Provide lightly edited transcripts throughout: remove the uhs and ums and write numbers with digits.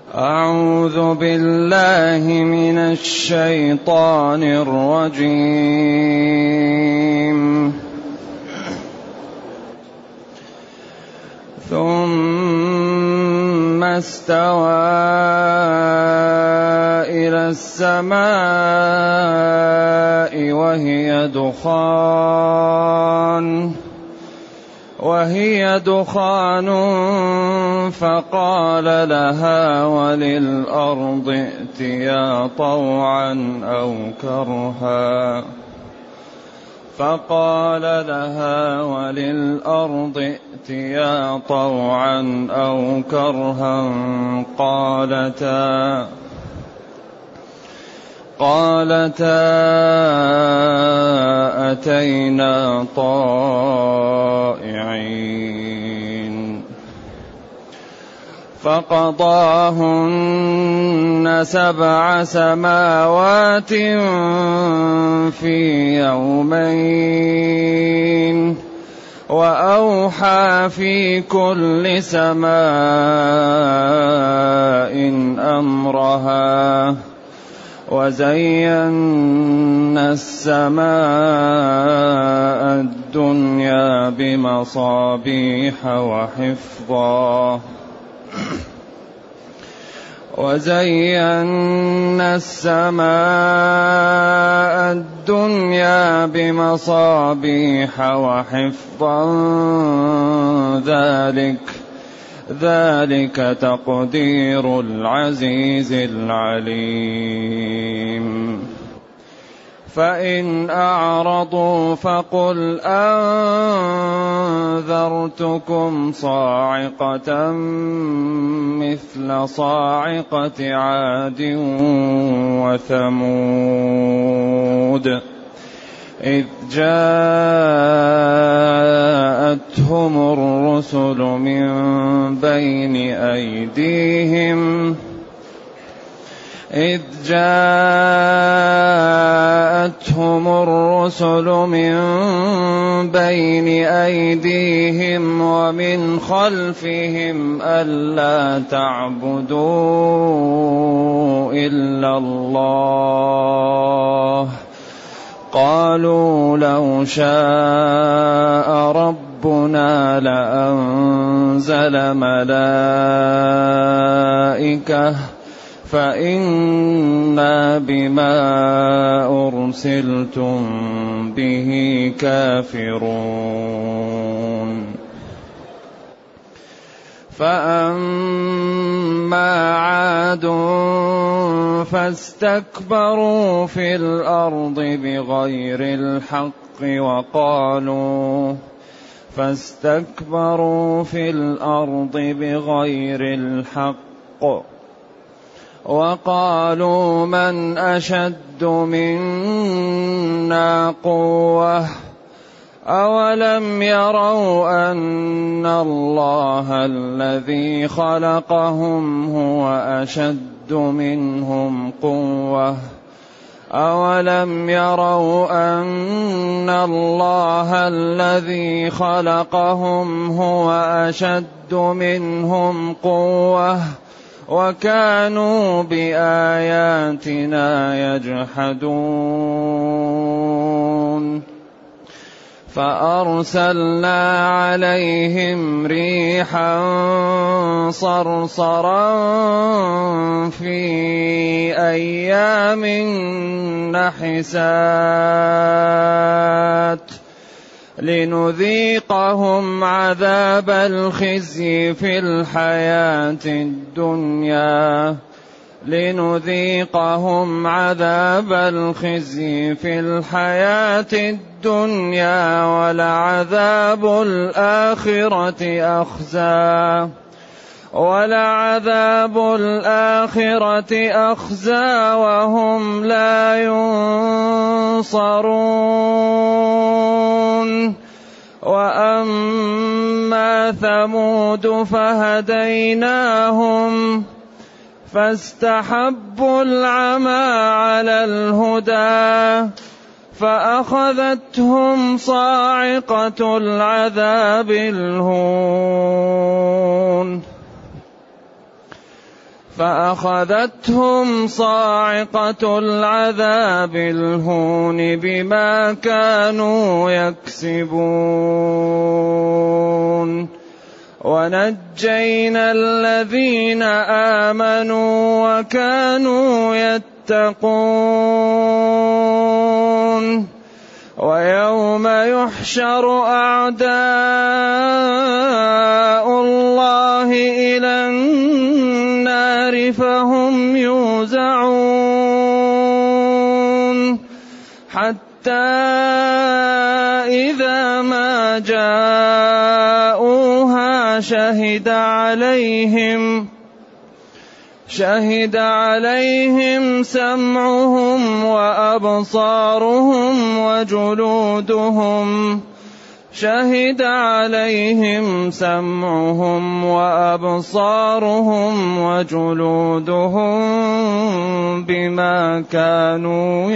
أعوذ بالله من الشيطان الرجيم. ثم استوى إلى السماء وهي دخان فقال لها وللأرض ائتيا طوعا أو كرها قالتا أتينا طائعين. فقضاهن 7 سماوات في يومين وأوحى في كل سماء أمرها وزينا السماء الدنيا بمصابيح وحفظا ذلك تقدير العزيز العليم. فإن أعرضوا فقل أنذرتكم صاعقة مثل صاعقة عاد وثمود إذ جاءتهم الرسل من بين أيديهم ومن خلفهم ألا تعبدوا إلا الله قالوا لو شاء ربنا لأنزل ملائكة فإنا بما أرسلتم به كافرون. فأما عاد فاستكبروا في الأرض بغير الحق وقالوا من أشد منا قوة أولم يروا أن الله الذي خلقهم هو أشد منهم قوة وكانوا بآياتنا يجحدون. فأرسلنا عليهم ريحا صرصرا في أيام نحسات لنذيقهم عذاب الخزي في الحياة الدنيا ولعذاب الآخرة أخزى وهم لا ينصرون. وأما ثمود فهديناهم فاستحبوا العمى على الهدى فأخذتهم صاعقة العذاب الهون فأخذتهم صاعقة العذاب الهون بما كانوا يكسبون ونجينا الذين آمنوا وكانوا يتقون ويوم يحشر أعداء الله إلى النار فهم يوزعون حتى إذا ما جاءوها شهد عليهم سمعهم وأبصارهم وجلودهم بما كانوا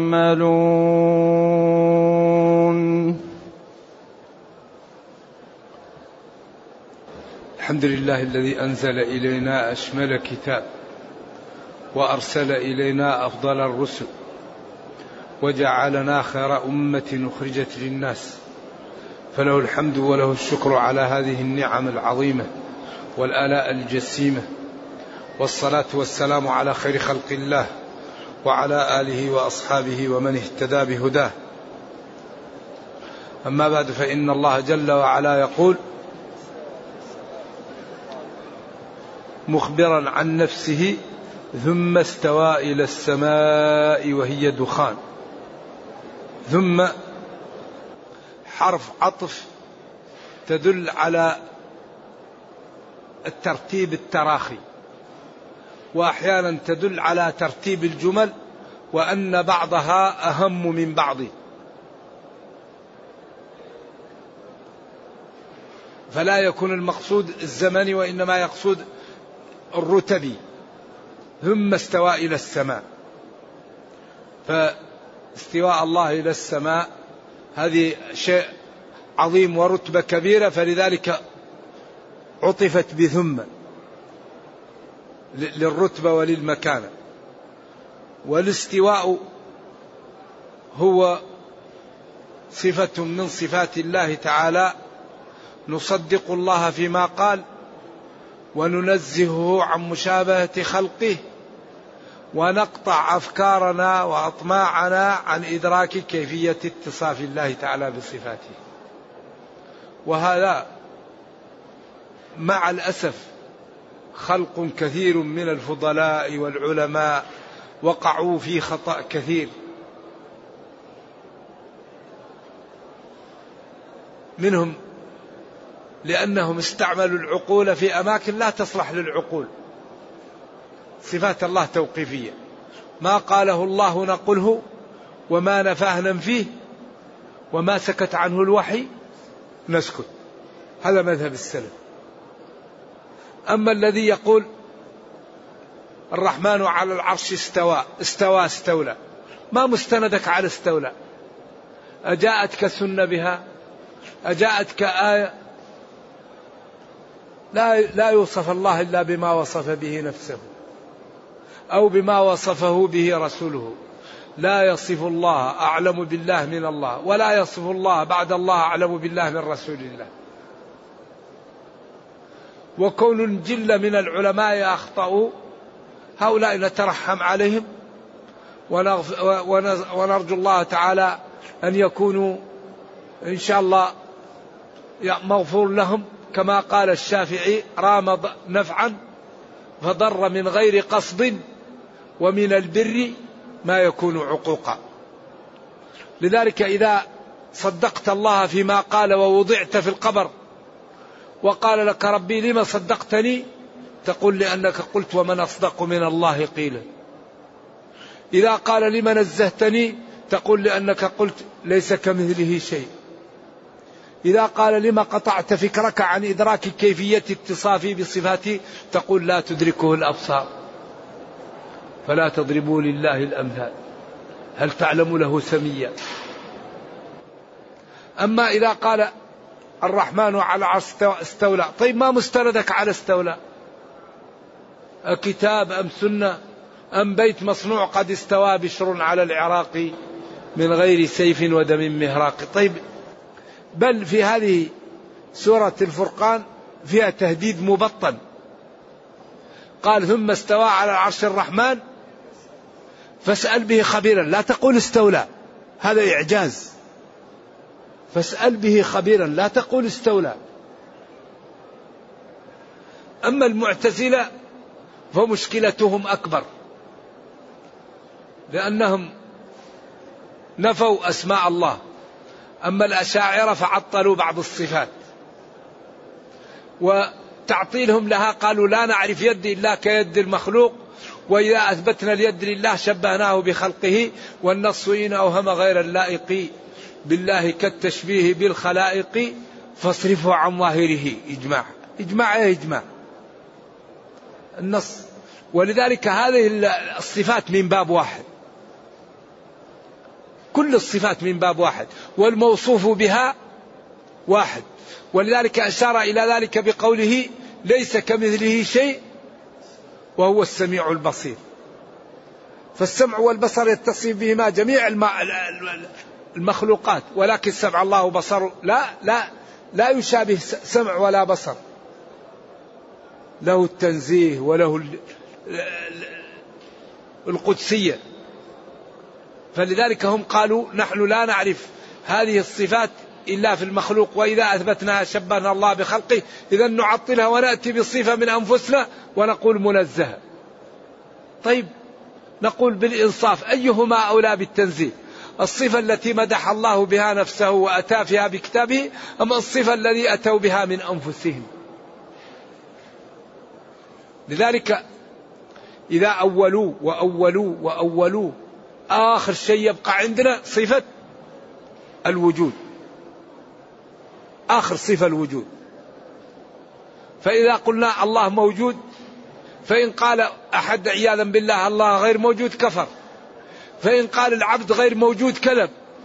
يعملون. الحمد لله الذي أنزل إلينا أشمل كتاب وأرسل إلينا أفضل الرسل وجعلنا خير أمة أخرجت للناس، فله الحمد وله الشكر على هذه النعم العظيمة والآلاء الجسيمة، والصلاة والسلام على خير خلق الله وعلى آله وأصحابه ومن اهتدى بهداه. أما بعد، فإن الله جل وعلا يقول مخبرا عن نفسه: ثم استوى إلى السماء وهي دخان. ثم حرف عطف تدل على الترتيب التراخي، وأحيانا تدل على ترتيب الجمل وأن بعضها أهم من بعض، فلا يكون المقصود الزمن وإنما يقصد الرتبي. ثم استوى إلى السماء، فاستواء الله إلى السماء هذه شيء عظيم ورتبة كبيرة، فلذلك عطفت بثم للرتبة وللمكانة. والاستواء هو صفة من صفات الله تعالى، نصدق الله فيما قال وننزهه عن مشابهة خلقه، ونقطع أفكارنا وأطماعنا عن إدراك كيفية اتصاف الله تعالى بصفاته. وهذا مع الأسف خلق كثير من الفضلاء والعلماء وقعوا في خطأ كثير، منهم لأنهم استعملوا العقول في أماكن لا تصلح للعقول. صفات الله توقيفية، ما قاله الله نقله، وما نفاه ننفيه، وما سكت عنه الوحي نسكت. هذا مذهب السلف. أما الذي يقول الرحمن على العرش استولى، ما مستندك على استولى؟ أجاءتك السنة بها؟ أجاءتك آية؟ لا يوصف الله إلا بما وصف به نفسه أو بما وصفه به رسوله. لا يصف الله أعلم بالله من الله، ولا يصف الله بعد الله أعلم بالله من رسول الله. وكون جل من العلماء أخطأوا، هؤلاء نترحم عليهم ونرجو الله تعالى أن يكونوا إن شاء الله مغفور لهم، كما قال الشافعي: رام نفعا فضر من غير قصد، ومن البر ما يكون عقوقا. لذلك إذا صدقت الله فيما قال ووضعت في القبر وقال لك ربي لما صدقتني، تقول لأنك قلت ومن أصدق من الله قيلا. إذا قال لما نزهتني، تقول لأنك قلت ليس كمثله شيء. إذا قال لما قطعت فكرك عن إدراك كيفية اتصافي بصفاتي، تقول لا تدركه الأبصار. فلا تضربوا لله الأمثال، هل تعلم له سميا؟ أما إذا قال الرحمن على العرش استولى، طيب ما مستندك على استولى؟ أكتاب أم سنة أم بيت مصنوع قد استوى بشر على العراق من غير سيف ودم مهراق. طيب، بل في هذه سورة الفرقان فيها تهديد مبطن. قال ثم استوى على العرش الرحمن فاسأل به خبيرا، لا تقول استولى، هذا إعجاز. فاسأل به خبيرا، لا تقول استولى. أما المعتزلة فمشكلتهم أكبر، لأنهم نفوا أسماء الله. أما الأشاعرة فعطلوا بعض الصفات، وتعطيلهم لها قالوا لا نعرف يد إلا كيد المخلوق، وإذا أثبتنا اليد لله شبهناه بخلقه، والنص إن أوهم غير اللائق بالله كالتشبيه بالخلائق فاصرفه عن ظاهره. إجماع. إجماع إيه إجماع؟ النص. ولذلك هذه الصفات من باب واحد، كل الصفات من باب واحد، والموصوف بها واحد. ولذلك أشار إلى ذلك بقوله ليس كمثله شيء وهو السميع البصير. فالسمع والبصر يتصف بهما جميع المخلوقات، ولكن سمع الله وبصر لا يشابه سمع ولا بصر، له التنزيه وله القدسية. فلذلك هم قالوا نحن لا نعرف هذه الصفات إلا في المخلوق، وإذا أثبتناها شبهنا الله بخلقه، إذا نعطلها ونأتي بالصفة من أنفسنا ونقول منزهة. طيب، نقول بالإنصاف أيهما أولى بالتنزيه؟ الصفة التي مدح الله بها نفسه وأتى فيها بكتابه، أم الصفة التي أتوا بها من أنفسهم؟ لذلك إذا أولوا آخر شيء يبقى عندنا صفة الوجود، آخر صفة الوجود. فإذا قلنا الله موجود، فإن قال أحد عياذا بالله الله غير موجود كفر، فإن قال العبد غير موجود كذب.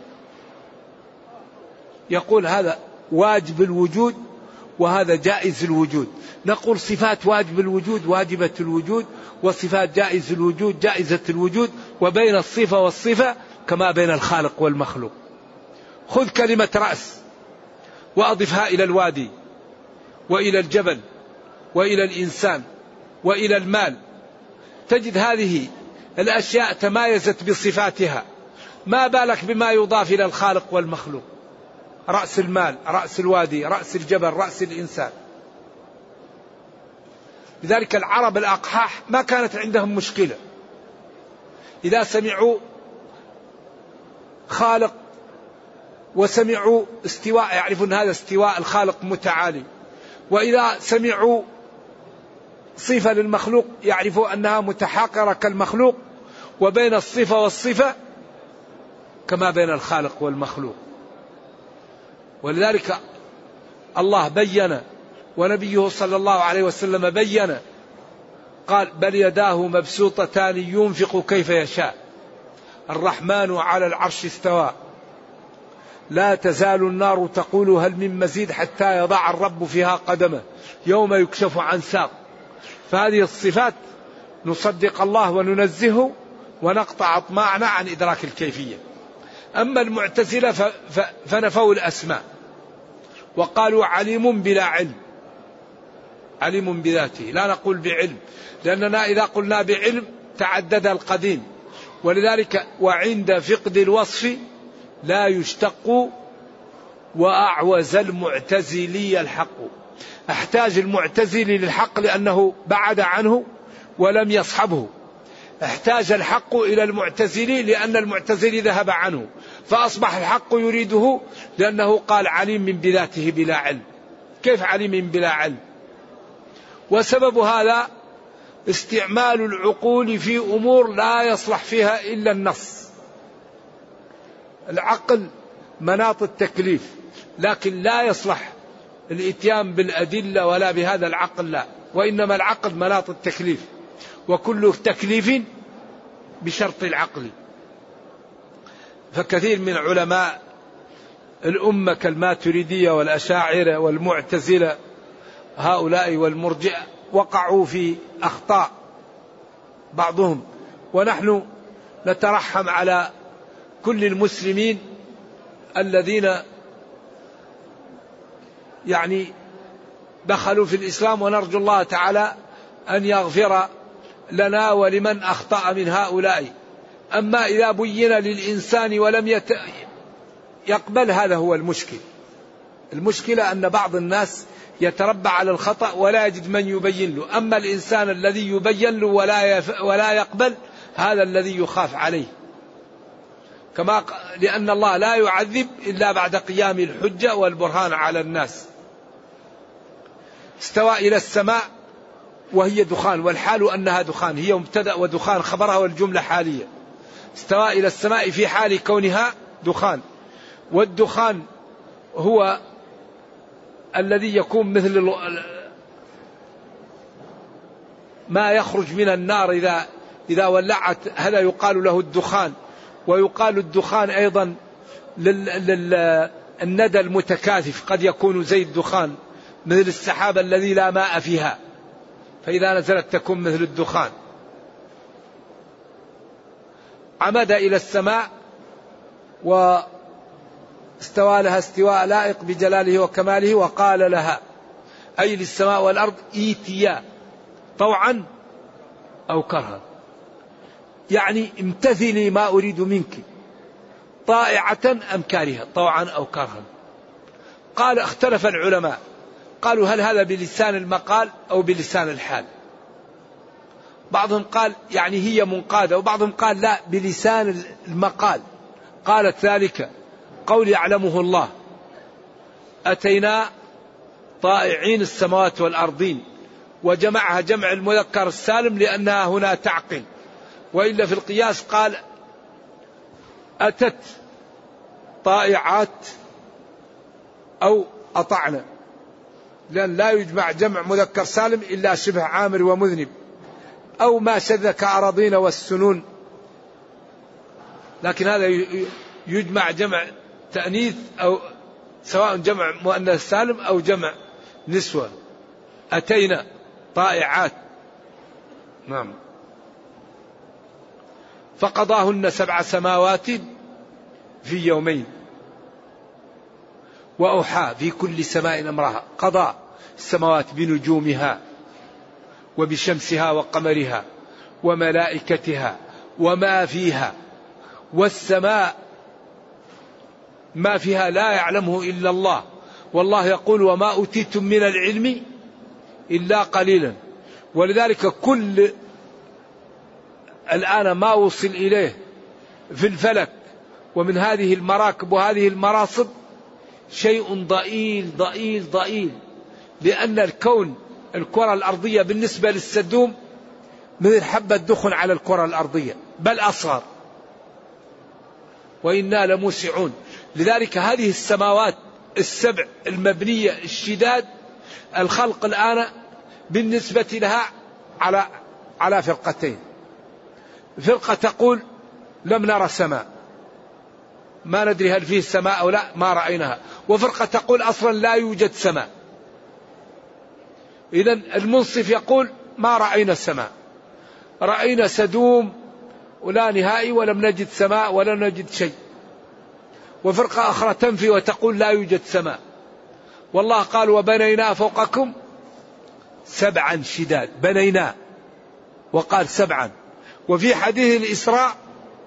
يقول هذا واجب الوجود وهذا جائز الوجود. نقول صفات واجب الوجود واجبة الوجود، وصفات جائز الوجود جائزة الوجود، وبين الصفة والصفة كما بين الخالق والمخلوق. خذ كلمة رأس وأضفها إلى الوادي وإلى الجبل وإلى الإنسان وإلى المال، تجد هذه الأشياء تمايزت بصفاتها، ما بالك بما يضاف إلى الخالق والمخلوق. رأس المال، رأس الوادي، رأس الجبل، رأس الإنسان. لذلك العرب الأقحاح ما كانت عندهم مشكلة، إذا سمعوا خالق وسمعوا استواء يعرفون هذا استواء الخالق متعالي، وإذا سمعوا صفة للمخلوق يعرفوا أنها متحاقرة كالمخلوق، وبين الصفة والصفة كما بين الخالق والمخلوق. ولذلك الله بين ونبيه صلى الله عليه وسلم بين، قال بل يداه مبسوطتان ينفق كيف يشاء الرحمن على العرش استوى لا تزال النار تقول هل من مزيد حتى يضع الرب فيها قدمه يوم يكشف عن ساق. فهذه الصفات نصدق الله وننزهه ونقطع أطماعنا عن إدراك الكيفية. أما المعتزلة فنفوا الأسماء وقالوا عليم بلا علم، عليم بذاته، لا نقول بعلم، لأننا إذا قلنا بعلم تعدد القديم. ولذلك وعند فقد الوصف لا يشتق وأعوز المعتزلي الحق. احتاج المعتزلي للحق لأنه بعد عنه ولم يصحبه، احتاج الحق إلى المعتزلي لأن المعتزلي ذهب عنه، فأصبح الحق يريده لأنه قال عليم من بذاته بلا علم. كيف عليم بلا علم؟ وسبب هذا استعمال العقول في أمور لا يصلح فيها إلا النص. العقل مناط التكليف، لكن لا يصلح الاتيان بالأدلة ولا بهذا العقل، لا، وإنما العقل مناط التكليف، وكل تكليف بشرط العقل. فكثير من علماء الأمة كالماتريدية والأشاعرة والمعتزلة هؤلاء والمرجئة وقعوا في أخطاء بعضهم. ونحن نترحم على كل المسلمين الذين يعني دخلوا في الإسلام، ونرجو الله تعالى أن يغفر لنا ولمن أخطأ من هؤلاء. أما إذا بين للإنسان ولم يقبل، هذا هو المشكل. المشكلة أن بعض الناس يتربع على الخطأ ولا يجد من يبين له. أما الإنسان الذي يبين له ولا يقبل، هذا الذي يخاف عليه. لأن الله لا يعذب إلا بعد قيام الحجة والبرهان على الناس. استوى إلى السماء وهي دخان، والحال أنها دخان، هي مبتدأ ودخان خبرها والجملة حالية. استوى إلى السماء في حال كونها دخان، والدخان هو الذي يكون مثل ما يخرج من النار إذا ولعت، هذا يقال له الدخان. ويقال الدخان أيضا للندى المتكاثف، قد يكون زي الدخان مثل السحاب الذي لا ماء فيها، فإذا نزلت تكون مثل الدخان. عمد إلى السماء واستوى لها استواء لائق بجلاله وكماله، وقال لها أي للسماء والأرض ائتيا طوعا أو كرها، يعني امتثلي ما أريد منك، طائعة أم كارهة، طوعا أو كرها. قال اختلف العلماء، قالوا هل هذا بلسان المقال أو بلسان الحال؟ بعضهم قال يعني هي منقادة، وبعضهم قال لا، بلسان المقال. قالت ذلك قول يعلمه الله، أتينا طائعين السماوات والأرضين، وجمعها جمع المذكر السالم لأنها هنا تعقل، وإلا في القياس قال أتت طائعات أو أطعنا، لأن لا يجمع جمع مذكر سالم إلا شبه عامر ومذنب، أو ما شذ كأراضين والسنون، لكن هذا يجمع جمع تأنيث، أو سواء جمع مؤنث سالم أو جمع نسوة. أتينا طائعات، نعم. فقضاهن 7 سماوات في يومين، وأوحى في كل سماء أمرها. قضى السماوات بنجومها وبشمسها وقمرها وملائكتها وما فيها، والسماء ما فيها لا يعلمه إلا الله، والله يقول وما أوتيتم من العلم إلا قليلا. ولذلك كل الآن ما وصل إليه في الفلك ومن هذه المراكب وهذه المراصد شيء ضئيل ضئيل ضئيل، لأن الكرة الأرضية بالنسبة للسدوم مثل حبة دخن على الكرة الأرضية، بل أصغر، وإنا لموسعون. لذلك هذه السماوات السبع المبنية الشداد، الخلق الآن بالنسبة لها على فرقتين. فرقة تقول لم نرى سماء، ما ندري هل فيه سماء أو لا، ما رأيناها. وفرقة تقول أصلا لا يوجد سماء. إذن المنصف يقول ما رأينا السماء، رأينا سدوم ولا نهائي، ولم نجد سماء ولا نجد شيء. وفرقة أخرى تنفي وتقول لا يوجد سماء. والله قال وبنينا فوقكم 7 شداد، بنينا وقال 7. وفي حديث الإسراء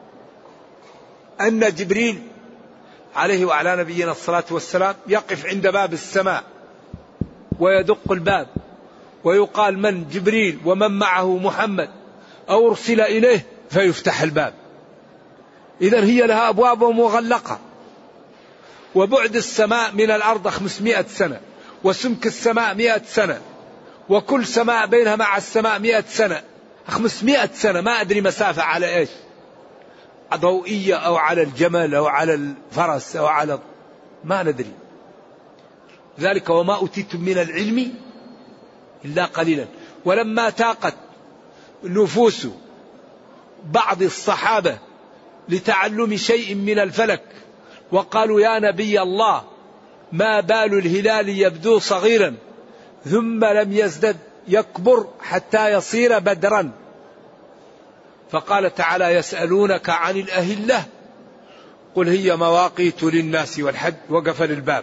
أن جبريل عليه وعلى نبينا الصلاة والسلام يقف عند باب السماء ويدق الباب ويقال من جبريل ومن معه محمد أو أرسل إليه، فيفتح الباب. إذن هي لها أبواب مغلقة. وبعد السماء من الأرض 500 سنة، وسمك السماء 100 سنة، وكل سماء بينها مع السماء 100 سنة، 500 سنة، ما أدري مسافة على إيش، ضوئية أو على الجمل أو على الفرس أو على، ما ندري. ذلك وما أوتيتم من العلم إلا قليلا. ولما تاقت نفوس بعض الصحابة لتعلم شيء من الفلك، وقالوا يا نبي الله ما بال الهلال يبدو صغيرا ثم لم يزدد يكبر حتى يصير بدرا، فقال تعالى يسألونك عن الأهلة قل هي مواقيت للناس والحج، وقفل الباب.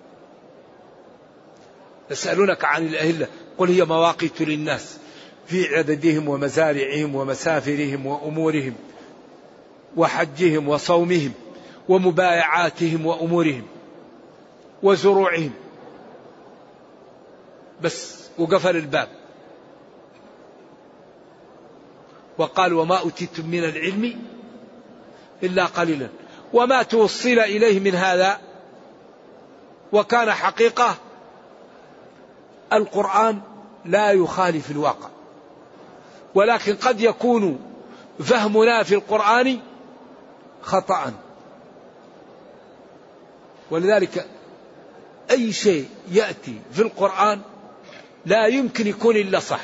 يسألونك عن الأهلة قل هي مواقيت للناس في عددهم ومزارعهم ومسافرهم وأمورهم وحجهم وصومهم ومبايعاتهم وأمورهم وزروعهم، بس وقفل الباب. وقال وما أوتيتم من العلم إلا قليلا، وما توصل إليه من هذا. وكان حقيقة القرآن لا يخالف الواقع، ولكن قد يكون فهمنا في القرآن خطأ. ولذلك أي شيء يأتي في القرآن لا يمكن يكون إلا صح.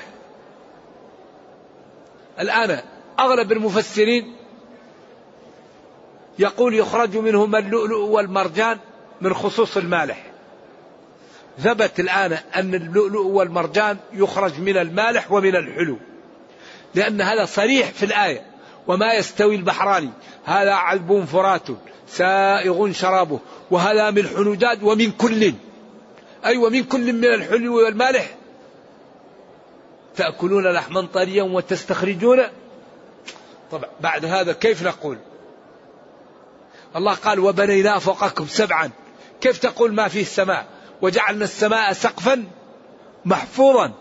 الآن أغلب المفسرين يقول يخرج منهما اللؤلؤ والمرجان من خصوص المالح. ثبت الآن أن اللؤلؤ والمرجان يخرج من المالح ومن الحلو، لأن هذا صريح في الآية وما يستوي البحران هذا عذب فرات سائغ شرابه وهذا ملح نجاد ومن كل، أي ومن كل من الحلو والمالح تأكلون لحما طريا وتستخرجون. طبعا بعد هذا كيف نقول؟ الله قال وبنينا فوقكم سبعا، كيف تقول ما فيه السماء وجعلنا السماء سقفا محفوظا؟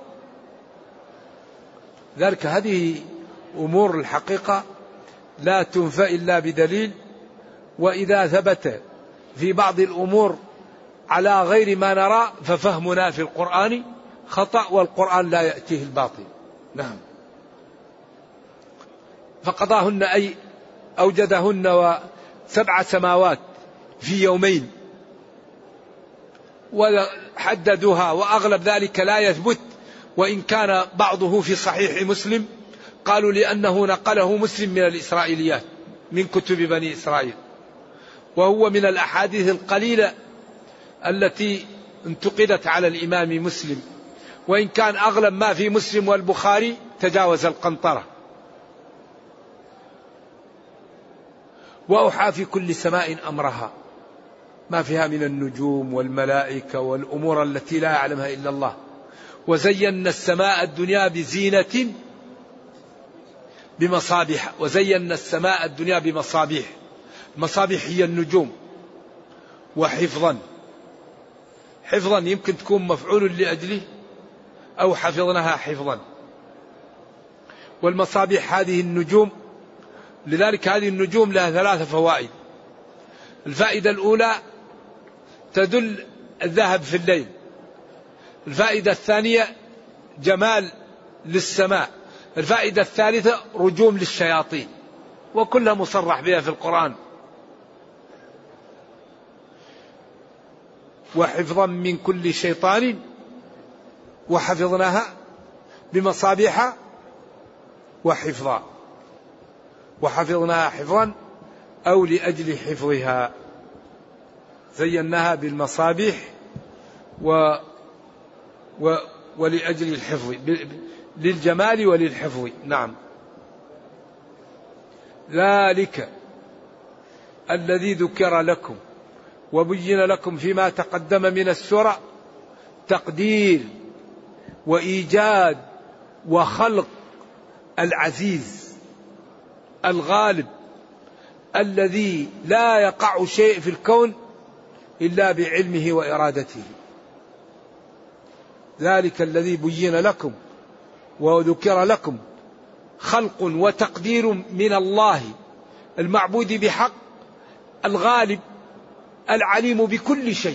ذلك هذه أمور الحقيقة لا تنفى إلا بدليل. وإذا ثبت في بعض الأمور على غير ما نرى ففهمنا في القرآن خطأ، والقرآن لا يأتيه الباطل. نعم. فقضاهن أي أوجدهن وسبع سماوات في يومين وحددوها، وأغلب ذلك لا يثبت، وإن كان بعضه في صحيح مسلم قالوا لأنه نقله مسلم من الإسرائيليات من كتب بني إسرائيل، وهو من الأحاديث القليلة التي انتقدت على الإمام مسلم، وإن كان أغلب ما في مسلم والبخاري تجاوز القنطرة. وأوحى في كل سماء أمرها، ما فيها من النجوم والملائكة والأمور التي لا يعلمها إلا الله. وزينا السماء الدنيا بزينة بمصابيح، وزينا السماء الدنيا بمصابيح. المصابيح هي النجوم، وحفظا. حفظا يمكن تكون مفعول لأجله أو حفظناها حفظا. والمصابيح هذه النجوم، لذلك هذه النجوم لها 3 فوائد. الفائدة الأولى تدل الذهب في الليل. الفائدة الثانية جمال للسماء. الفائدة الثالثة رجوم للشياطين، وكلها مصرح بها في القرآن. وحفظا من كل شيطان وحفظناها بمصابيح وحفظا، وحفظناها حفظا أو لأجل حفظها. زيناها بالمصابيح ولأجل الحفظ، للجمال وللحفظ. نعم. ذلك الذي ذكر لكم وبين لكم فيما تقدم من السورة تقدير وإيجاد وخلق العزيز الغالب الذي لا يقع شيء في الكون إلا بعلمه وإرادته. ذلك الذي بين لكم وذكر لكم خلق وتقدير من الله المعبود بحق الغالب العليم بكل شيء.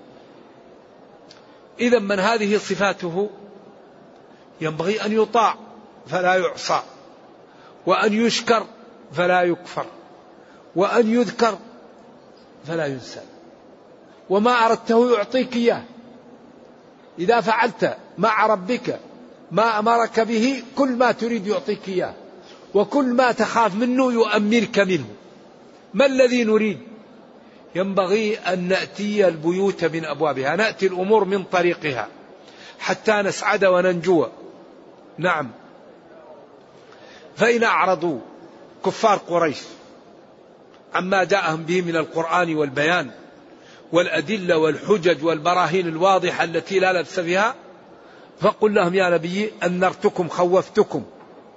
إذا من هذه صفاته ينبغي أن يطاع فلا يعصى، وأن يشكر فلا يكفر، وأن يذكر فلا ينسى. وما أردته يعطيك إياه. إذا فعلت مع ربك ما أمرك به كل ما تريد يعطيك إياه، وكل ما تخاف منه يؤمنك منه. ما الذي نريد؟ ينبغي أن نأتي البيوت من أبوابها، نأتي الأمور من طريقها حتى نسعد وننجو. نعم. فإن أعرضوا كفار قريش عما جاءهم به من القرآن والبيان والأدلة والحجج والبراهين الواضحة التي لا لبس فيها، فقل لهم يا نبي أنذرتكم خوفتكم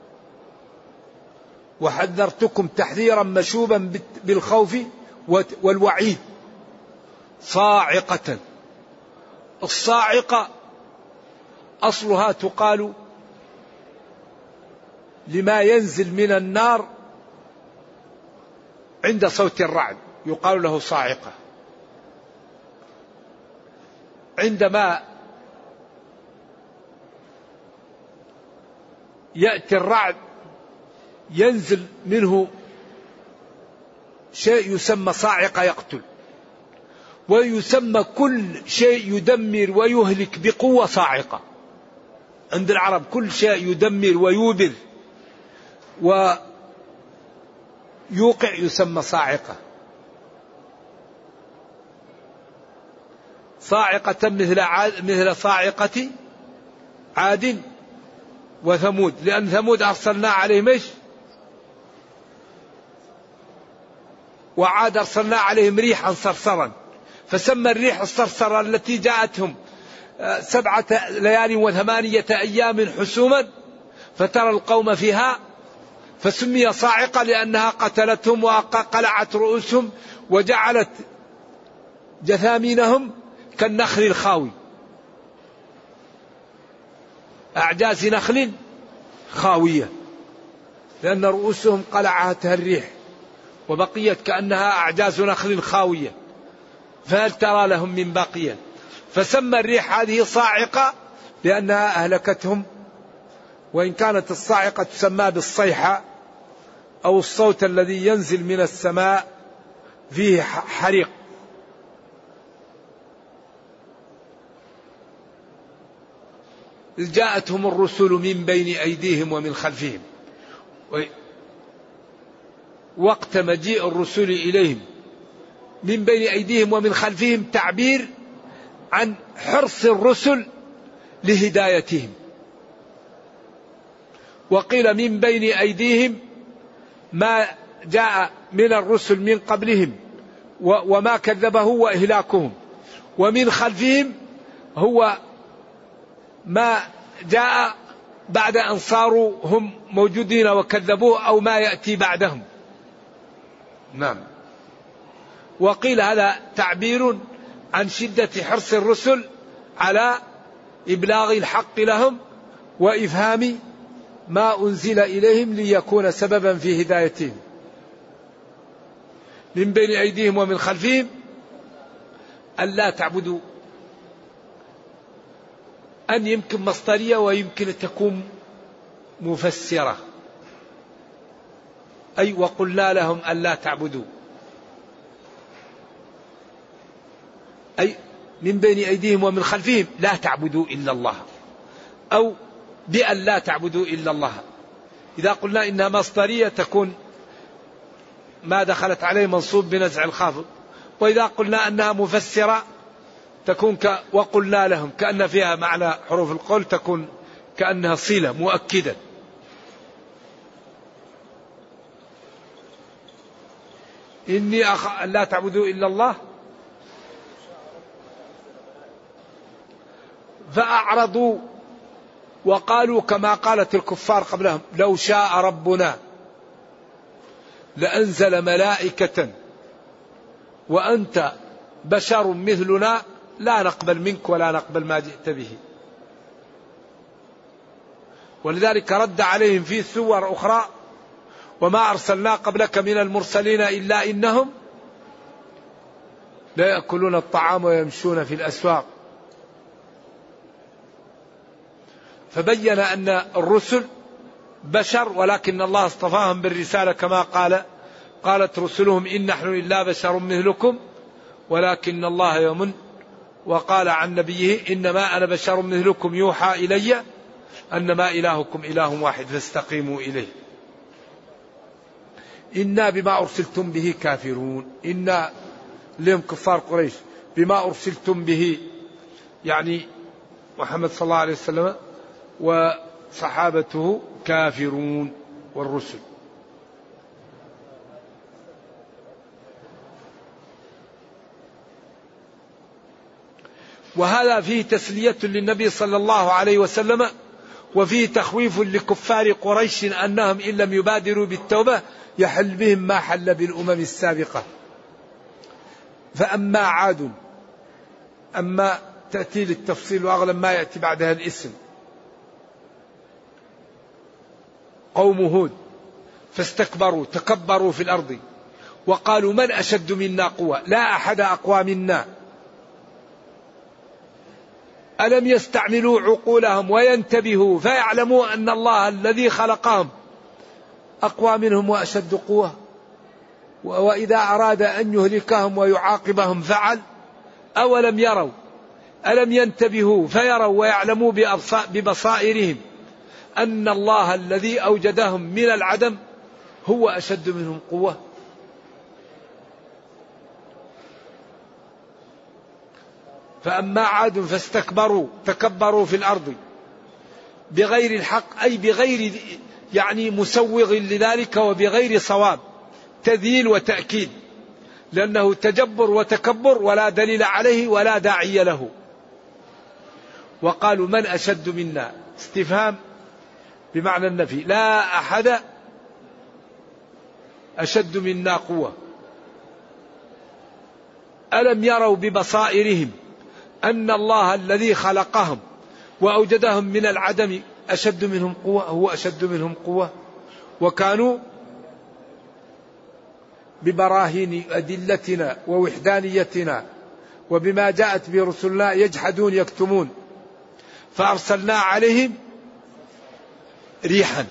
وحذرتكم تحذيرا مشوبا بالخوف والوعيد صاعقة. الصاعقة أصلها تقال لما ينزل من النار عند صوت الرعد، يقال له صاعقة. عندما يأتي الرعد ينزل منه شيء يسمى صاعقة يقتل، ويسمى كل شيء يدمر ويهلك بقوة صاعقة. عند العرب كل شيء يدمر ويوبر ويوقع يسمى صاعقة. صاعقة مثل صاعقة عاد وثمود، لأن ثمود أرسلنا عليهم إيش؟ وعاد أرسلنا عليهم ريحا صرصرا، فسمى الريح الصرصرة التي جاءتهم 7 ليال و8 أيام حسوما فترى القوم فيها، فسمي صاعقة لأنها قتلتهم وقلعت رؤوسهم وجعلت جثامينهم كالنخل الخاوي، أعجاز نخل خاوية، لأن رؤوسهم قلعتها الريح وبقيت كأنها أعجاز نخل خاوية، فهل ترى لهم من باقية. فسمى الريح هذه صاعقة لأنها أهلكتهم، وإن كانت الصاعقة تسمى بالصيحة أو الصوت الذي ينزل من السماء فيه حريق. إذ جاءتهم الرسل من بين أيديهم ومن خلفهم. وقت مجيء الرسل إليهم من بين أيديهم ومن خلفهم تعبير عن حرص الرسل لهدايتهم. وقيل من بين أيديهم ما جاء من الرسل من قبلهم وما كذبه وإهلاكهم، ومن خلفهم هو ما جاء بعد أن صاروا هم موجودين وكذبوه أو ما يأتي بعدهم. نعم. وقيل هذا تعبير عن شدة حرص الرسل على إبلاغ الحق لهم وإفهام ما أنزل إليهم ليكون سببا في هدايتهم. من بين أيديهم ومن خلفهم ألا تعبدوا، أن يمكن مصدرية ويمكن تكون مفسرة، أي وقلنا لهم ألا تعبدوا، أي من بين أيديهم ومن خلفهم لا تعبدوا إلا الله، أو بأن لا تعبدوا إلا الله. إذا قلنا إنها مصدرية تكون ما دخلت عليه منصوب بنزع الخافض، وإذا قلنا أنها مفسرة تكون وقلنا لهم كأن فيها معنى حروف القول، تكون كأنها صلة مؤكدة. إني لا تعبدوا إلا الله فأعرضوا وقالوا كما قالت الكفار قبلهم لو شاء ربنا لأنزل ملائكة وأنت بشر مثلنا لا نقبل منك ولا نقبل ما جئت به. ولذلك رد عليهم في سور أخرى وما أرسلنا قبلك من المرسلين إلا إنهم لا يأكلون الطعام ويمشون في الأسواق. فبين أن الرسل بشر ولكن الله اصطفاهم بالرسالة كما قالت رسلهم إن نحن إلا بشر مثلكم ولكن الله يمن. وقال عن نبيه إنما أنا بشر مثلكم يوحى إلي أنما إلهكم إله واحد فاستقيموا إليه. إنا بما أرسلتم به كافرون. إنا لهم كفار قريش بما أرسلتم به، يعني محمد صلى الله عليه وسلم وصحابته كافرون والرسل. وهذا فيه تسلية للنبي صلى الله عليه وسلم، وفيه تخويف لكفار قريش أنهم إن لم يبادروا بالتوبة يحل بهم ما حل بالأمم السابقة. فأما عاد، أما تأتي للتفصيل وأغلب ما يأتي بعدها الاسم. قوم هود فاستكبروا تكبروا في الأرض وقالوا من أشد منا قوة، لا أحد أقوى منا. ألم يستعملوا عقولهم وينتبهوا فيعلموا أن الله الذي خلقهم أقوى منهم وأشد قوة؟ وإذا أراد أن يهلكهم ويعاقبهم فعل. أولم يروا، ألم ينتبهوا فيروا ويعلموا ببصائرهم أن الله الذي أوجدهم من العدم هو أشد منهم قوة. فأما عاد فاستكبروا تكبروا في الأرض بغير الحق، أي بغير يعني مسوغ لذلك وبغير صواب، تذييل وتأكيد، لأنه تجبر وتكبر ولا دليل عليه ولا داعي له. وقالوا من أشد منا، استفهام بمعنى النفي، لا أحد أشد منا قوة. ألم يروا ببصائرهم أن الله الذي خلقهم وأوجدهم من العدم أشد منهم قوة، هو أشد منهم قوة. وكانوا ببراهين أدلتنا ووحدانيتنا وبما جاءت به رسلنا يجحدون يكتمون. فأرسلنا عليهم ريحا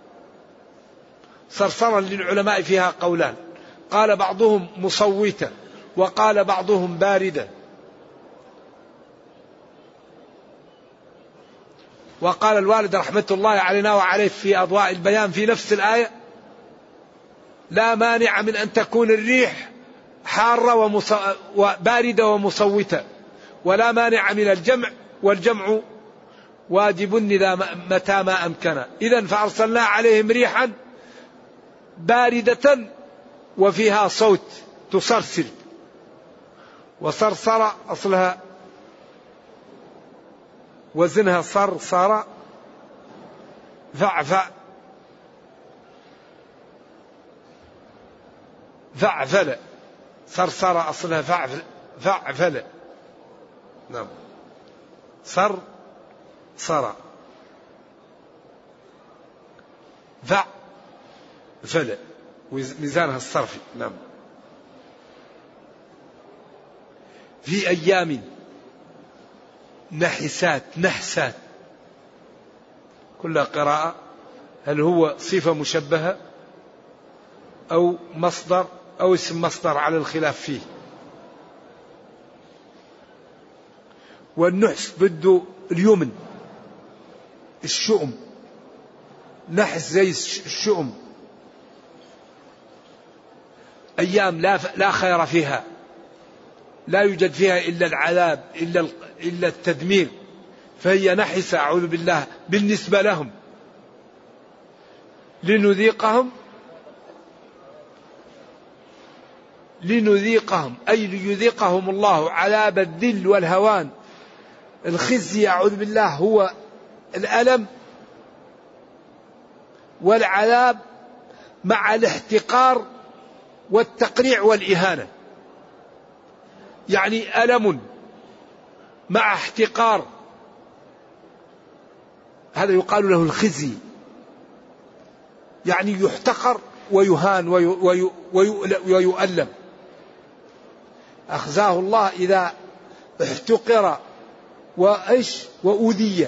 صرصرا، للعلماء فيها قولان، قال بعضهم مصوتا وقال بعضهم باردا. وقال الوالد رحمة الله علينا وعليه في أضواء البيان في نفس الآية لا مانع من أن تكون الريح حارة وباردة ومصوتة، ولا مانع من الجمع، والجمع واجب إذا متى ما أمكن. إذن فأرسلنا عليهم ريحا باردة وفيها صوت تصرصر. وصرصر أصلها وزنها صرصر فعفع فعفل، صرصر أصلها فعفل. نعم، صر فعفل ميزانها الصرفي. نعم. في أيام نحسات كل قراءة، هل هو صفة مشبهة أو مصدر أو اسم مصدر على الخلاف فيه. والنحس بده اليمن الشؤم، نحس زي الشؤم. أيام لا خير فيها، لا يوجد فيها إلا العذاب إلا التدمير، فهي نحسة أعوذ بالله بالنسبة لهم. لنذيقهم أي ليذيقهم الله عذاب الذل والهوان. الخزي أعوذ بالله هو الألم والعذاب مع الاحتقار والتقريع والإهانة، يعني ألم مع احتقار، هذا يقال له الخزي، يعني يحتقر ويهان ويؤلم. أخزاه الله إذا احتقر وأذي،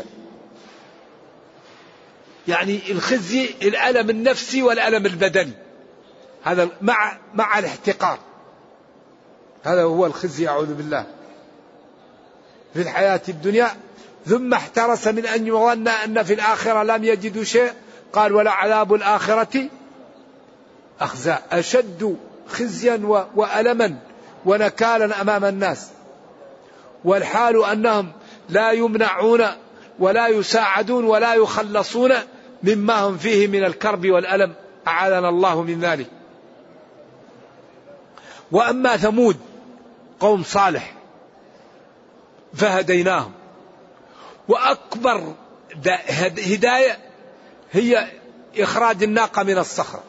يعني الخزي الألم النفسي والألم البدني، هذا مع الاحتقار، هذا هو الخزي أعوذ بالله في الحياة الدنيا. ثم احترس من أن يظن أن في الآخرة لم يجدوا شيء، قال ولعذاب الآخرة أخزى، أشد خزيا وألما ونكالا أمام الناس. والحال أنهم لا يمنعون ولا يساعدون ولا يخلصون مما هم فيه من الكرب والألم، أعاذنا الله من ذلك. وأما ثمود قوم صالح فهديناهم. وأكبر هداية هي إخراج الناقة من الصخرة.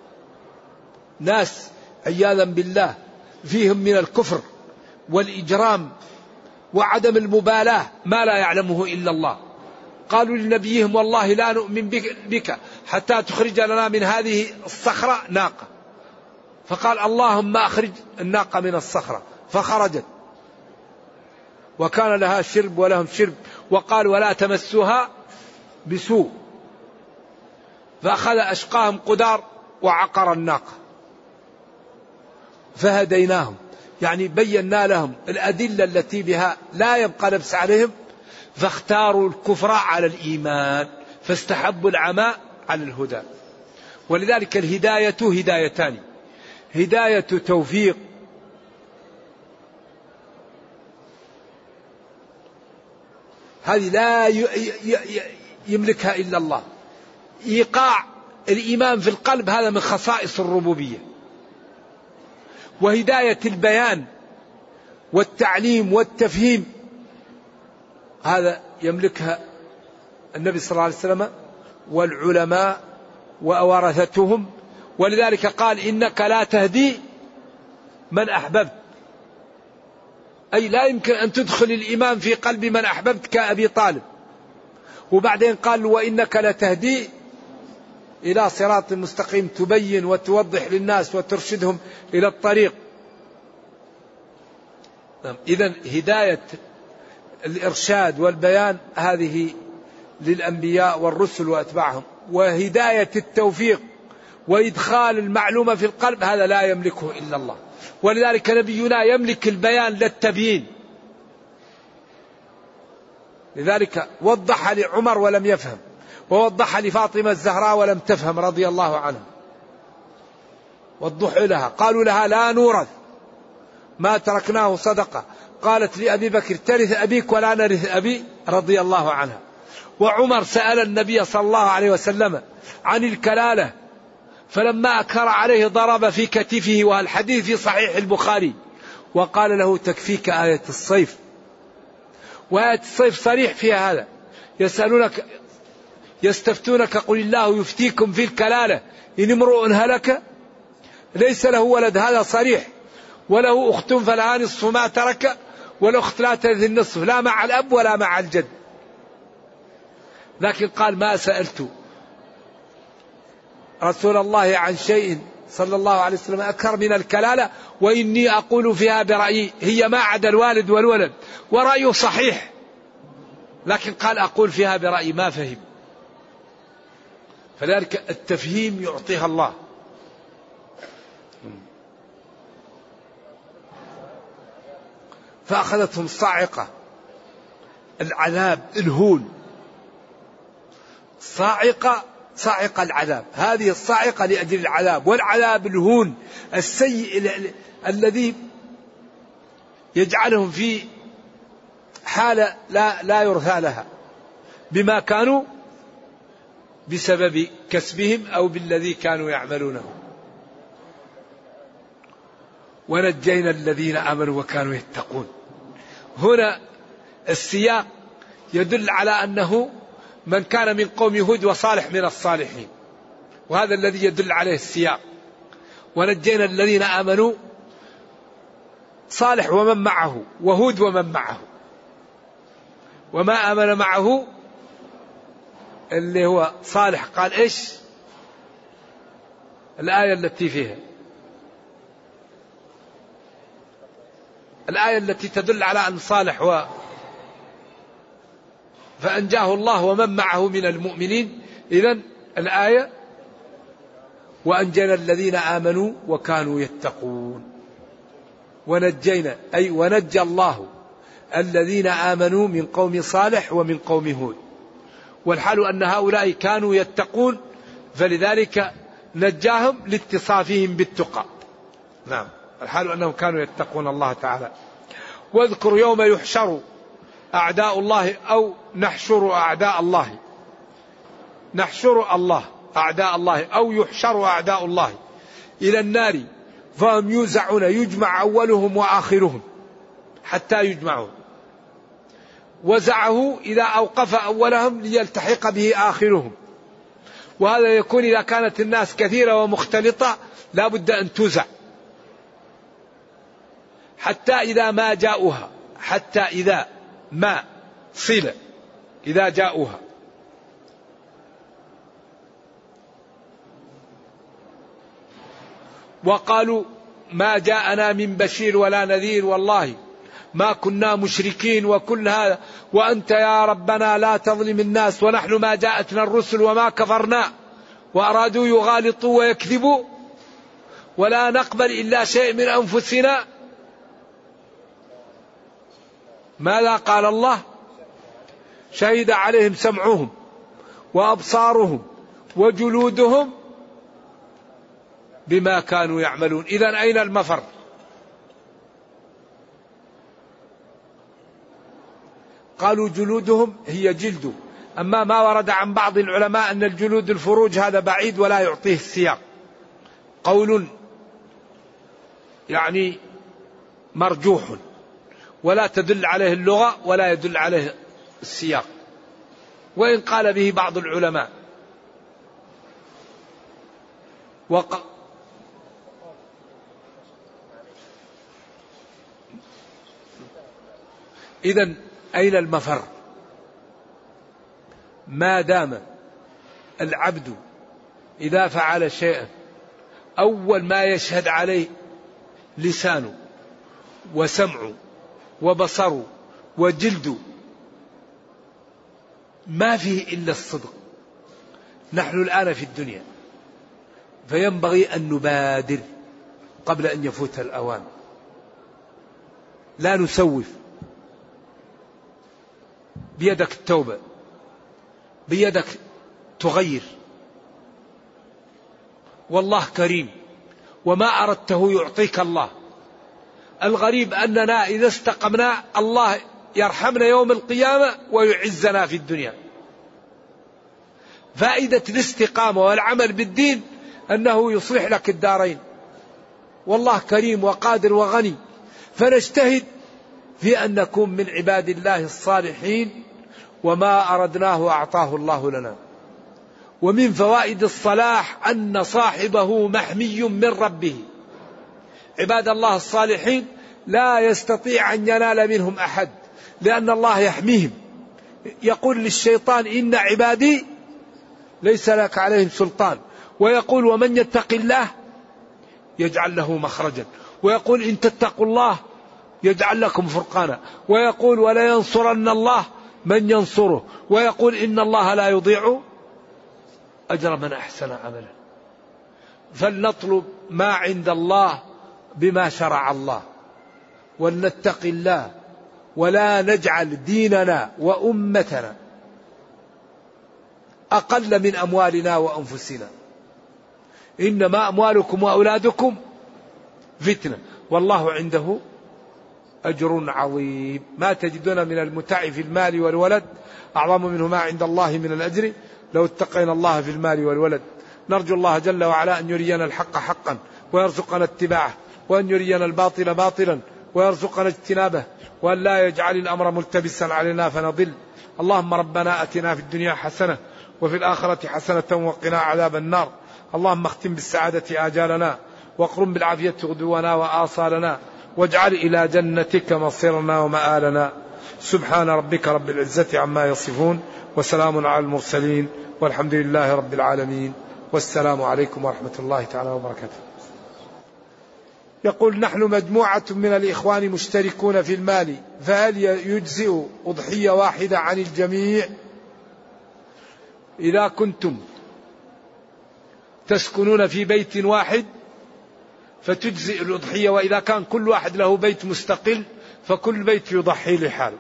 ناس عياذا بالله فيهم من الكفر والإجرام وعدم المبالاة ما لا يعلمه إلا الله. قالوا لنبيهم والله لا نؤمن بك حتى تخرج لنا من هذه الصخرة ناقة. فقال اللهم أخرج الناقة من الصخرة، فخرجت وكان لها شرب ولهم شرب، وقال ولا تمسوها بسوء. فأخذ أشقاهم قدار وعقر الناقة. فهديناهم يعني بينا لهم الأدلة التي بها لا يبقى لبس عليهم، فاختاروا الكفر على الإيمان، فاستحبوا العمى على الهدى. ولذلك الهداية هدايتان: هداية توفيق هذه لا يملكها إلا الله. إيقاع الإيمان في القلب هذا من خصائص الربوبية. وهداية البيان والتعليم والتفهيم هذا يملكها النبي صلى الله عليه وسلم والعلماء وورثتهم. ولذلك قال إنك لا تهدي من أحببت، أي لا يمكن أن تدخل الإيمان في قلب من أحببت كأبي طالب. وبعدين قال وإنك لتهدي إلى صراط مستقيم، تبين وتوضح للناس وترشدهم إلى الطريق. إذن هداية الإرشاد والبيان هذه للأنبياء والرسل وأتباعهم، وهداية التوفيق وإدخال المعلومة في القلب هذا لا يملكه إلا الله. ولذلك نبينا يملك البيان للتبيين، لذلك وضح لعمر ولم يفهم، ووضح لفاطمة الزهراء ولم تفهم رضي الله عنها. وضحوا لها، قالوا لها لا نورث ما تركناه صدقة. قالت لأبي بكر ترث أبيك ولا نرث أبي رضي الله عنها. وعمر سأل النبي صلى الله عليه وسلم عن الكلالة، فلما أكر عليه ضرب في كتفه، والحديث في صحيح البخاري، وقال له تكفيك آية الصيف. وآية الصيف صريح فيها هذا. يسألونك يستفتونك قل الله يفتيكم في الكلالة إن امرؤ هلك ليس له ولد، هذا صريح، وله أخت فلها نصف ما ترك، والأخت لا ترث النصف لا مع الأب ولا مع الجد. لكن قال ما سألت رسول الله عن شيء صلى الله عليه وسلم أكثر من الكلالة، وإني أقول فيها برأيي، هي ما عدا الوالد والولد، ورأيه صحيح، لكن قال أقول فيها برأيي ما فهم. فذلك التفهيم يعطيها الله. فأخذتهم صاعقة العذاب الهون، صاعقة العذاب، هذه الصاعقة لأجل العذاب، والعذاب الهون السيء الذي يجعلهم في حالة لا يرثى لها بما كانوا بسبب كسبهم أو بالذي كانوا يعملونه. ونجينا الذين آمنوا وكانوا يتقون. هنا السياق يدل على أنه من كان من قوم هود وصالح من الصالحين، وهذا الذي يدل عليه السياق. ونجينا الذين آمنوا، صالح ومن معه، وهود ومن معه، وما آمن معه اللي هو صالح. قال إيش الآية التي فيها، الآية التي تدل على أن صالح فأنجاه الله ومن معه من المؤمنين. إذن الآية وأنجينا الذين آمنوا وكانوا يتقون. ونجينا أي ونجى الله الذين آمنوا من قوم صالح ومن قوم هود، والحال أن هؤلاء كانوا يتقون، فلذلك نجاهم لاتصافهم بالتقى. نعم، الحال أنهم كانوا يتقون الله تعالى. واذكر يوم يحشر أعداء الله، أو نحشر أعداء الله، نحشر الله أعداء الله، أو يحشر أعداء الله إلى النار فهم يوزعون، يجمع أولهم وآخرهم حتى يجمعون. وزعه إذا أوقف أولهم ليلتحق به آخرهم. وهذا يكون إذا كانت الناس كثيرة ومختلطة لا بد أن توزع حتى إذا ما جاءوها، حتى إذا ما صلة إذا جاءوها. وقالوا ما جاءنا من بشير ولا نذير والله ما كنا مشركين وكل هذا، وأنت يا ربنا لا تظلم الناس ونحن ما جاءتنا الرسل وما كفرنا، وأرادوا يغالطوا ويكذبوا ولا نقبل إلا شيء من أنفسنا. ماذا قال الله؟ شهد عليهم سمعهم وأبصارهم وجلودهم بما كانوا يعملون. إذن أين المفر؟ قالوا جلودهم هي جلد، أما ما ورد عن بعض العلماء أن الجلود الفروج هذا بعيد ولا يعطيه السياق، قول يعني مرجوح ولا تدل عليه اللغة ولا يدل عليه السياق، وإن قال به بعض العلماء. إذن أين المفر؟ ما دام العبد إذا فعل شيئا أول ما يشهد عليه لسانه وسمعه وبصره وجلده ما فيه إلا الصدق. نحن الآن في الدنيا فينبغي أن نبادر قبل أن يفوت الأوان، لا نسوف. بيدك التوبة، بيدك تغير، والله كريم وما أردته يعطيك الله. الغريب أننا إذا استقمنا الله يرحمنا يوم القيامة ويعزنا في الدنيا. فائدة الاستقامة والعمل بالدين أنه يصلح لك الدارين، والله كريم وقادر وغني، فنجتهد في أن نكون من عباد الله الصالحين، وما أردناه أعطاه الله لنا. ومن فوائد الصلاح أن صاحبه محمي من ربه. عباد الله الصالحين لا يستطيع أن ينال منهم أحد لأن الله يحميهم. يقول للشيطان إن عبادي ليس لك عليهم سلطان، ويقول ومن يتق الله يجعل له مخرجا، ويقول إن تتقوا الله يجعل لكم فرقانا، ويقول ولا ينصرن الله من ينصره، ويقول إن الله لا يضيع أجر من أحسن عملا. فلنطلب ما عند الله بما شرع الله، ولنتق الله، ولا نجعل ديننا وأمتنا أقل من أموالنا وأنفسنا. إنما أموالكم وأولادكم فتنة والله عنده أجر عظيم. ما تجدون من المتع في المال والولد أعظم منه ما عند الله من الأجر لو اتقينا الله في المال والولد. نرجو الله جل وعلا أن يرينا الحق حقا ويرزقنا اتباعه، وأن يرينا الباطل باطلا ويرزقنا اجتنابه، وأن لا يجعل الأمر ملتبسا علينا فنضل. اللهم ربنا أتنا في الدنيا حسنة وفي الآخرة حسنة وقنا عذاب النار. اللهم اختم بالسعادة آجالنا، واقرم بالعافية غدونا وآصالنا، واجعل إلى جنتك مصيرنا ومآلنا. سبحان ربك رب العزة عما يصفون، وسلام على المرسلين، والحمد لله رب العالمين، والسلام عليكم ورحمة الله تعالى وبركاته. يقول نحن مجموعة من الإخوان مشتركون في المال، فهل يجزئ أضحية واحدة عن الجميع؟ إذا كنتم تسكنون في بيت واحد فتجزئ الأضحية، وإذا كان كل واحد له بيت مستقل فكل بيت يضحي لحاله.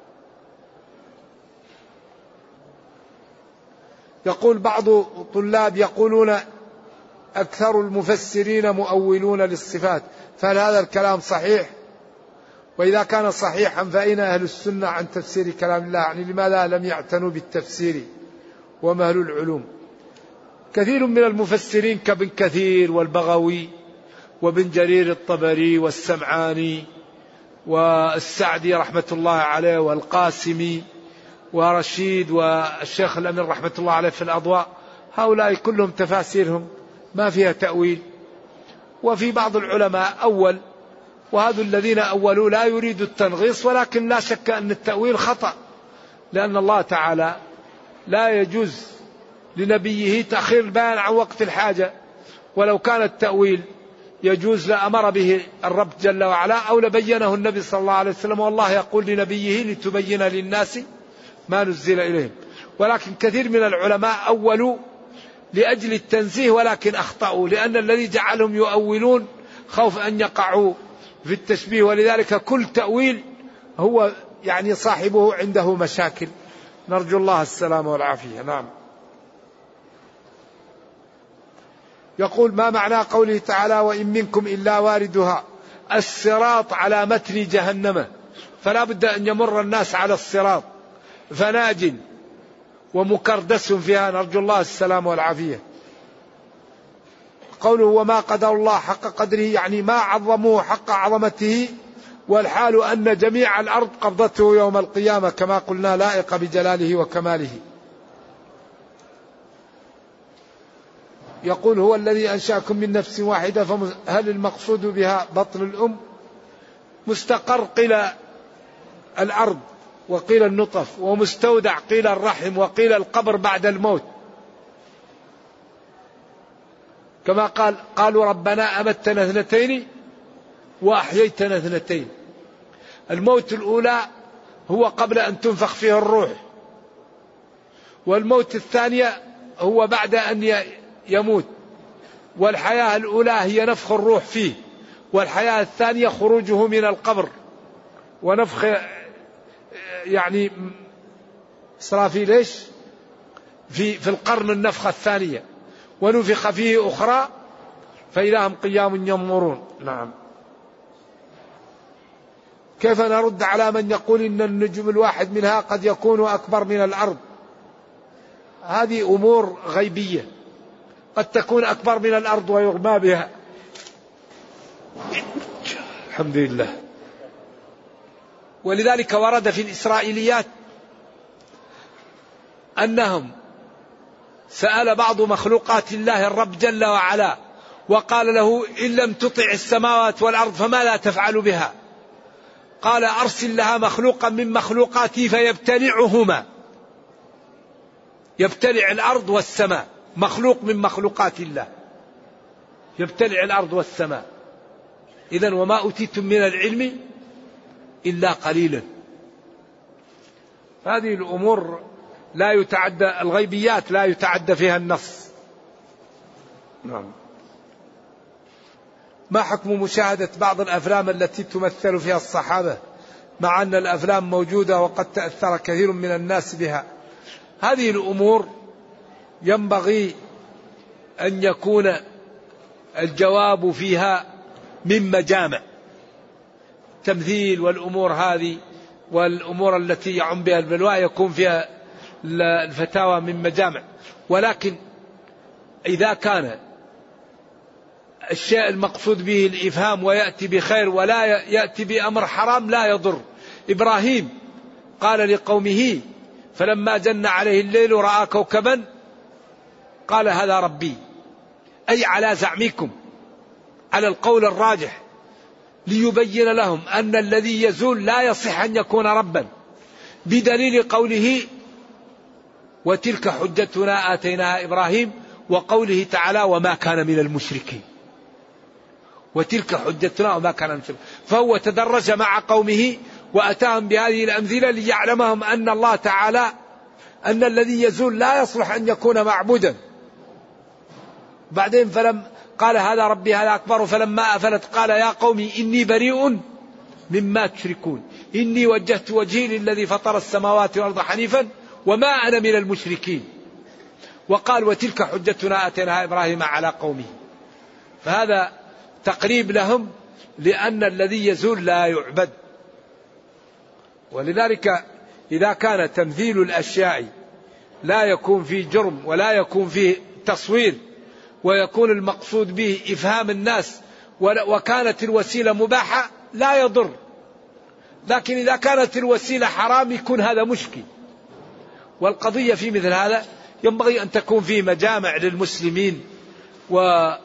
يقول بعض الطلاب يقولون أكثر المفسرين مؤولون للصفات، فهل هذا الكلام صحيح؟ وإذا كان صحيحا فأين أهل السنة عن تفسير كلام الله؟ يعني لماذا لم يعتنوا بالتفسير ومهل العلوم؟ كثير من المفسرين كابن كثير والبغوي وابن جرير الطبري والسمعاني والسعدي رحمة الله عليه والقاسمي ورشيد والشيخ الأمين رحمة الله عليه في الأضواء، هؤلاء كلهم تفاسيرهم ما فيها تأويل. وفي بعض العلماء أول، وهذا الذين أولوا لا يريد التنغيص، ولكن لا شك أن التأويل خطأ، لأن الله تعالى لا يجوز لنبيه تأخير البيان عن وقت الحاجة، ولو كان التأويل يجوز لأمر به الرب جل وعلا أو لبينه النبي صلى الله عليه وسلم، والله يقول لنبيه لتبين للناس ما نزل إليهم. ولكن كثير من العلماء أولوا لأجل التنزيه ولكن أخطأوا، لأن الذي جعلهم يؤولون خوف أن يقعوا في التشبيه، ولذلك كل تأويل هو يعني صاحبه عنده مشاكل، نرجو الله السلامة والعافية. نعم. يقول: ما معنى قوله تعالى: وإن منكم إلا واردها؟ الصراط على متن جهنم، فلا بد أن يمر الناس على الصراط، فناج ومكردس فيها، نرجو الله السلامة والعافية. قوله: وما قدر الله حق قدره، يعني ما عظموه حق عظمته، والحال أن جميع الأرض قبضته يوم القيامة كما قلنا، لائق بجلاله وكماله. يقول: هو الذي أنشأكم من نفس واحدة، فهل المقصود بها بطن الأم؟ مستقر قيل الأرض وقيل النطف، ومستودع قيل الرحم، وقيل القبر بعد الموت، كما قالوا ربنا أمتنا اثنتين وأحييتنا اثنتين. الموت الأولى هو قبل أن تنفخ فيه الروح، والموت الثانية هو بعد أن يموت، والحياة الأولى هي نفخ الروح فيه، والحياة الثانية خروجه من القبر ونفخ يعني إسرافيل ليش في القرن النفخة الثانية، ونفخ فيه أخرى فإذا هم قيام ينظرون. نعم. كيف نرد على من يقول إن النجم الواحد منها قد يكون أكبر من الأرض؟ هذه أمور غيبية، قد تكون أكبر من الأرض ويغمى بها. الحمد لله. ولذلك ورد في الإسرائيليات أنهم سأل بعض مخلوقات الله الرب جل وعلا وقال له: إن لم تطع السماوات والأرض فماذا تفعل بها؟ قال: أرسل لها مخلوقا من مخلوقاتي فيبتلعهما. يبتلع الأرض والسماء، مخلوق من مخلوقات الله يبتلع الأرض والسماء. إذن وما أوتيتم من العلم إلا قليلا. هذه الأمور لا يتعدى، الغيبيات لا يتعدى فيها النص. نعم. ما حكم مشاهدة بعض الأفلام التي تمثل فيها الصحابة مع أن الأفلام موجودة وقد تأثر كثير من الناس بها؟ هذه الأمور ينبغي أن يكون الجواب فيها من مجامع تمثيل، والأمور هذه والأمور التي يعم بها البلواء يكون فيها الفتاوى من مجامع. ولكن إذا كان الشيء المقصود به الإفهام ويأتي بخير ولا يأتي بأمر حرام لا يضر. إبراهيم قال لقومه فلما جن عليه الليل رأى كوكبا قال: هذا ربي، أي على زعمكم، على القول الراجح، ليبين لهم أن الذي يزول لا يصح أن يكون ربا، بدليل قوله: وتلك حجتنا آتيناها إبراهيم، وقوله تعالى: وما كان من المشركين. وتلك حجتنا وما كان من المشركين. فهو تدرج مع قومه وأتاهم بهذه الأمثلة ليعلمهم أن الله تعالى أن الذي يزول لا يصلح أن يكون معبودا. بعدين فلم قال: هذا ربي هذا أكبر، فلما أفلت قال: يا قوم إني بريء مما تشركون، إني وجهت وجهي للذي فطر السماوات والأرض حنيفا وما أنا من المشركين. وقال: وتلك حجتنا آتيناها إبراهيم على قومه. فهذا تقريب لهم، لأن الذي يزول لا يعبد. ولذلك إذا كان تمثيل الأشياء لا يكون فيه جرم ولا يكون فيه تصوير، ويكون المقصود به إفهام الناس، وكانت الوسيلة مباحة لا يضر، لكن إذا كانت الوسيلة حرام يكون هذا مشكل. والقضية في مثل هذا ينبغي أن تكون فيه مجامع للمسلمين وهيئات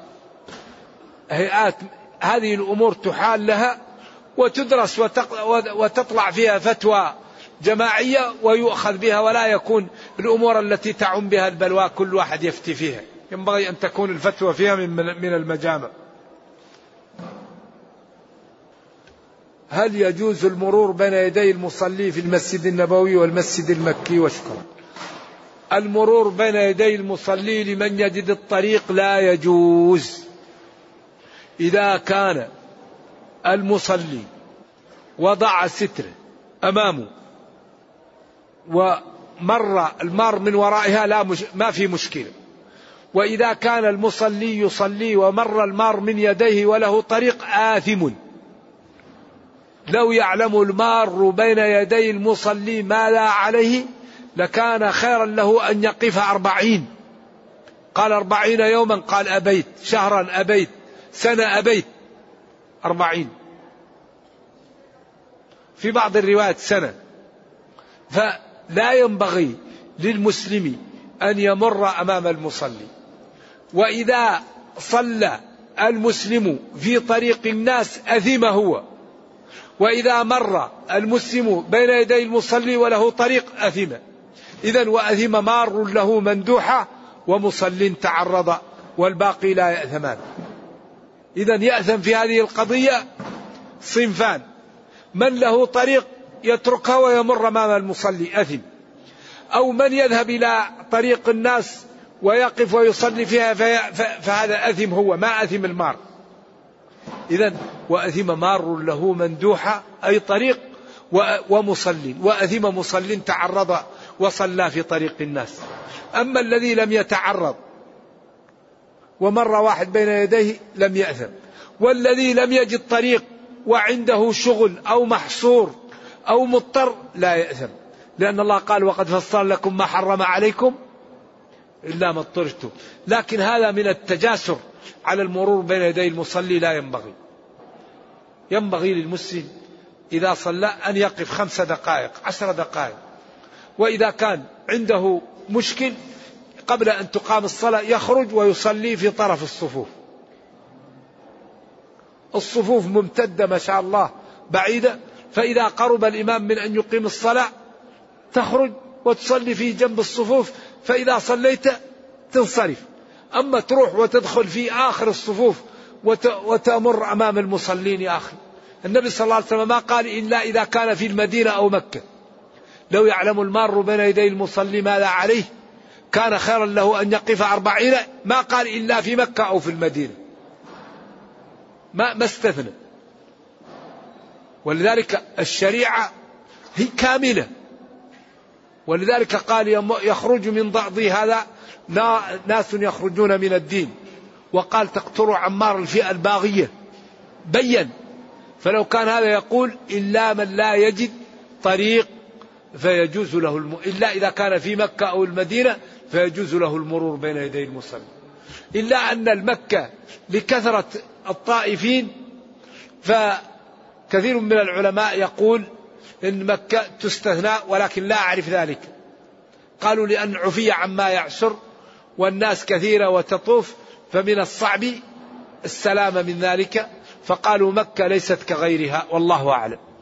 هذه الأمور تحال لها وتدرس وتطلع فيها فتوى جماعية ويؤخذ بها، ولا يكون الأمور التي تعم بها البلوى كل واحد يفتي فيها. ينبغي أن تكون الفتوى فيها من المجامع. هل يجوز المرور بين يدي المصلي في المسجد النبوي والمسجد المكي؟ وشكرا. المرور بين يدي المصلي لمن يجد الطريق لا يجوز. إذا كان المصلي وضع ستره أمامه ومر المار من ورائها ما في مشكلة. وإذا كان المصلي يصلي ومر المار من يديه وله طريق آثم. لو يعلم المار بين يدي المصلي ما لا عليه لكان خيرا له أن يقف 40. قال 40 يوما، قال أبيت، شهرا أبيت، سنة أبيت، 40. في بعض الروايات سنة. فلا ينبغي للمسلم أن يمر أمام المصلي. وإذا صلى المسلم في طريق الناس أثم هو، وإذا مر المسلم بين يدي المصلي وله طريق أثم. إذن وأثم مار له مندوحة ومصل تعرض والباقي لا يأثمان. إذن يأثم في هذه القضية صنفان: من له طريق يتركها ويمر أمام المصلي أثم، أو من يذهب إلى طريق الناس ويقف ويصلي فيها فهذا أثم هو، ما أثم المار. إذن وأثم مار له مندوحة أي طريق ومصل، وأثم مصل تعرض وصلى في طريق الناس. أما الذي لم يتعرض ومر واحد بين يديه لم يأثم. والذي لم يجد طريق وعنده شغل أو محصور أو مضطر لا يأثم، لأن الله قال: وقد فصل لكم ما حرم عليكم إلا ما اضطررتم. لكن هذا من التجاسر على المرور بين يدي المصلي لا ينبغي. ينبغي للمسلم إذا صلى أن يقف 5 دقائق 10 دقائق. وإذا كان عنده مشكل قبل أن تقام الصلاة يخرج ويصلي في طرف الصفوف. الصفوف ممتدة ما شاء الله بعيدة، فإذا قرب الإمام من أن يقيم الصلاة تخرج وتصلي في جنب الصفوف، فإذا صليت تنصرف. أما تروح وتدخل في آخر الصفوف وتمر أمام المصلين يا أخي. النبي صلى الله عليه وسلم ما قال إلا إذا كان في المدينة أو مكة. لو يعلم المار بين يدي المصلي ما لا عليه كان خيرا له أن يقف 40. ما قال إلا في مكة أو في المدينة، ما استثنى. ولذلك الشريعة هي كاملة. ولذلك قال: يخرج من ضعضي هذا ناس يخرجون من الدين. وقال: تقتلوا عمار الفئة الباغية. بين. فلو كان هذا يقول: إلا من لا يجد طريق فيجوز له إلا إذا كان في مكة أو المدينة فيجوز له المرور بين يدي المصلي. إلا أن المكة لكثرة الطائفين فكثير من العلماء يقول إن مكة تستثنى، ولكن لا أعرف ذلك. قالوا لأن عفية عما يعسر والناس كثيرة وتطوف فمن الصعب السلام من ذلك، فقالوا مكة ليست كغيرها، والله أعلم.